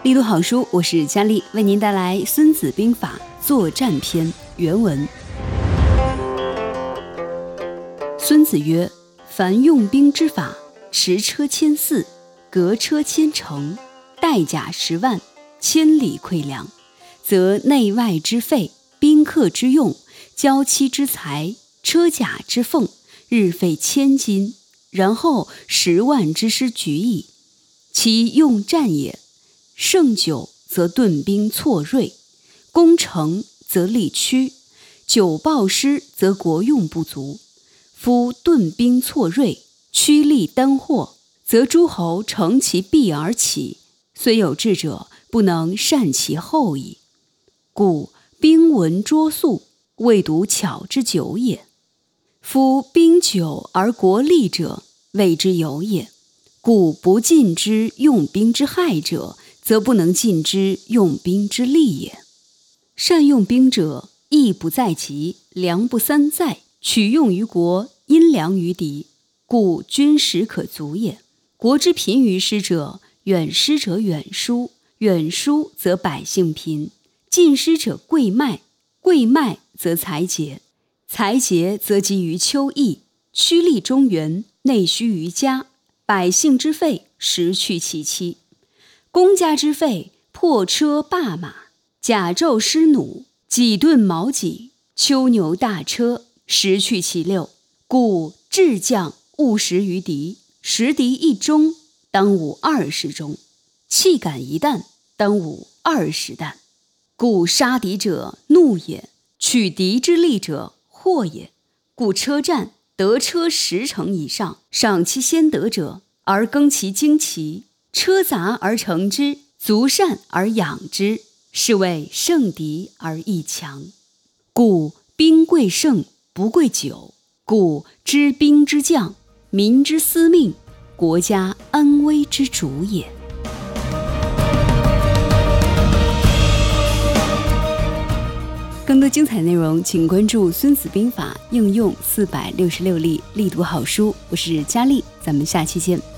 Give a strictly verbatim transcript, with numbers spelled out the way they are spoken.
力读好书，我是佳丽，为您带来《孙子兵法·作战篇》原文。孙子曰：凡用兵之法，驰车千驷，革车千乘，带甲十万，千里馈粮，则内外之费，宾客之用，交期之财，车甲之奉，日费千金，然后十万之师举矣。其用战也。胜久则顿兵错锐，攻城则力屈，久抱失则国用不足。夫顿兵错锐，趋利单获，则诸侯乘其弊而起，虽有智者，不能善其后矣。故兵闻拙速，未独巧之久也。夫兵久而国利者，谓之有也。故不尽之用兵之害者，则不能尽之用兵之利也。善用兵者，义不在急，粮不三载，取用于国，因粮于敌，故军食可足也。国之贫于师者，远师者远疏，远疏则百姓贫；近师者贵卖，贵卖则财竭，财竭则积于丘邑，趋利中原，内需于家，百姓之费，实去其妻。公家之费，破车罢马，甲胄失弩，己盾矛戟，丘牛大车，实去其六。故智将务实于敌，识敌一钟，当舞二十钟；气感一弹，当舞二十弹。故杀敌者怒也，取敌之利者祸也。故车战得车十乘以上，赏其先得者，而更其精奇，车杂而成之，足善而养之，是谓胜敌而益强。故兵贵胜，不贵久。故知兵之将，民之司命，国家安危之主也。更多精彩内容，请关注《孙子兵法》应用四百六十六例力读好书。我是佳丽，咱们下期见。